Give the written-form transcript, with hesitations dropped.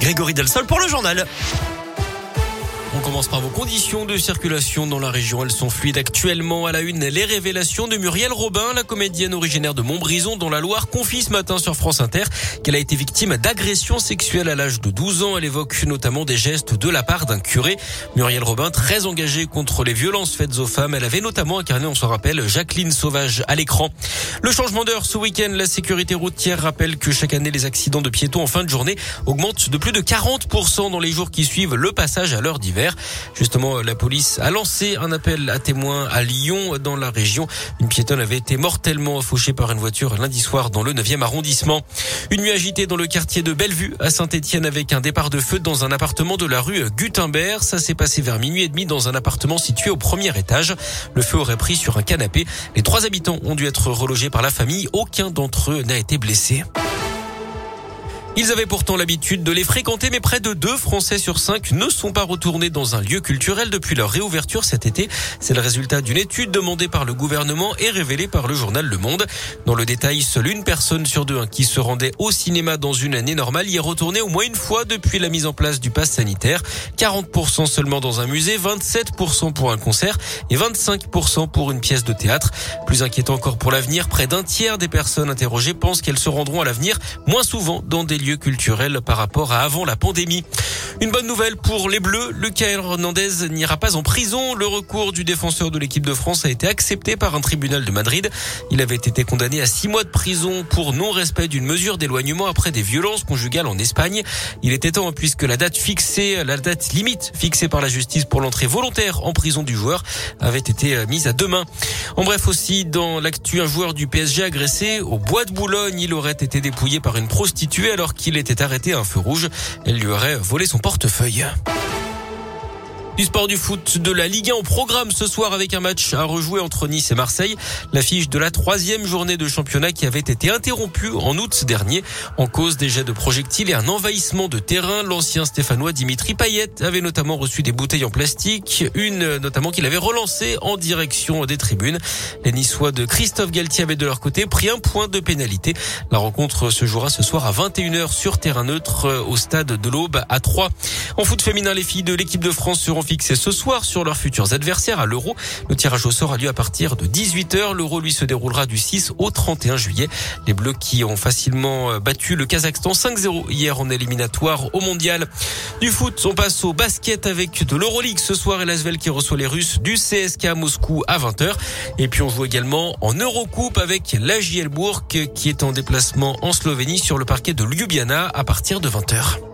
Grégory Delsol pour le journal. On commence par vos conditions de circulation dans la région. Elles sont fluides actuellement. À la une, les révélations de Muriel Robin, la comédienne originaire de Montbrison, dans la Loire, confie ce matin sur France Inter qu'elle a été victime d'agressions sexuelles à l'âge de 12 ans. Elle évoque notamment des gestes de la part d'un curé. Muriel Robin, très engagée contre les violences faites aux femmes. Elle avait notamment incarné, on se rappelle, Jacqueline Sauvage à l'écran. Le changement d'heure ce week-end, la sécurité routière rappelle que chaque année, les accidents de piétons en fin de journée augmentent de plus de 40% dans les jours qui suivent le passage à l'heure d'hiver. Justement, la police a lancé un appel à témoins à Lyon, dans la région. Une piétonne avait été mortellement fauchée par une voiture lundi soir dans le 9e arrondissement. Une nuit agitée dans le quartier de Bellevue à Saint-Étienne avec un départ de feu dans un appartement de la rue Gutenberg. Ça s'est passé vers minuit et demi dans un appartement situé au premier étage. Le feu aurait pris sur un canapé. Les 3 habitants ont dû être relogés par la famille. Aucun d'entre eux n'a été blessé. Ils avaient pourtant l'habitude de les fréquenter, mais près de 2 Français sur 5 ne sont pas retournés dans un lieu culturel depuis leur réouverture cet été. C'est le résultat d'une étude demandée par le gouvernement et révélée par le journal Le Monde. Dans le détail, seule une personne sur 2 qui se rendait au cinéma dans une année normale y est retournée au moins une fois depuis la mise en place du pass sanitaire. 40% seulement dans un musée, 27% pour un concert et 25% pour une pièce de théâtre. Plus inquiétant encore pour l'avenir, près d'un tiers des personnes interrogées pensent qu'elles se rendront à l'avenir moins souvent dans des lieux culturels par rapport à avant la pandémie. Une bonne nouvelle pour les Bleus, Lucas Hernandez n'ira pas en prison. Le recours du défenseur de l'équipe de France a été accepté par un tribunal de Madrid. Il avait été condamné à 6 mois de prison pour non-respect d'une mesure d'éloignement après des violences conjugales en Espagne. Il était temps puisque la date limite fixée par la justice pour l'entrée volontaire en prison du joueur avait été mise à demain. En bref aussi, dans l'actu, un joueur du PSG agressé au Bois de Boulogne. Il aurait été dépouillé par une prostituée alors qu'il était arrêté à un feu rouge. Elle lui aurait volé son portefeuille. Du sport, du foot, de la Ligue 1 au programme ce soir avec un match à rejouer entre Nice et Marseille. L'affiche de la 3e journée de championnat qui avait été interrompue en août dernier en cause des jets de projectiles et un envahissement de terrain. L'ancien Stéphanois Dimitri Payet avait notamment reçu des bouteilles en plastique, une notamment qu'il avait relancée en direction des tribunes. Les Niçois de Christophe Galtier avaient de leur côté pris un point de pénalité. La rencontre se jouera ce soir à 21h sur terrain neutre au stade de l'Aube à Troyes. En foot féminin, les filles de l'équipe de France seront fixés ce soir sur leurs futurs adversaires à l'Euro. Le tirage au sort a lieu à partir de 18h. L'Euro, lui, se déroulera du 6 au 31 juillet. Les Bleus qui ont facilement battu le Kazakhstan 5-0 hier en éliminatoire au Mondial. Du foot, on passe au basket avec de l'Euroleague ce soir et l'ASVEL qui reçoit les Russes du CSK Moscou à 20h. Et puis on joue également en Eurocoupe avec l'AJL Bourg qui est en déplacement en Slovénie sur le parquet de Ljubljana à partir de 20h.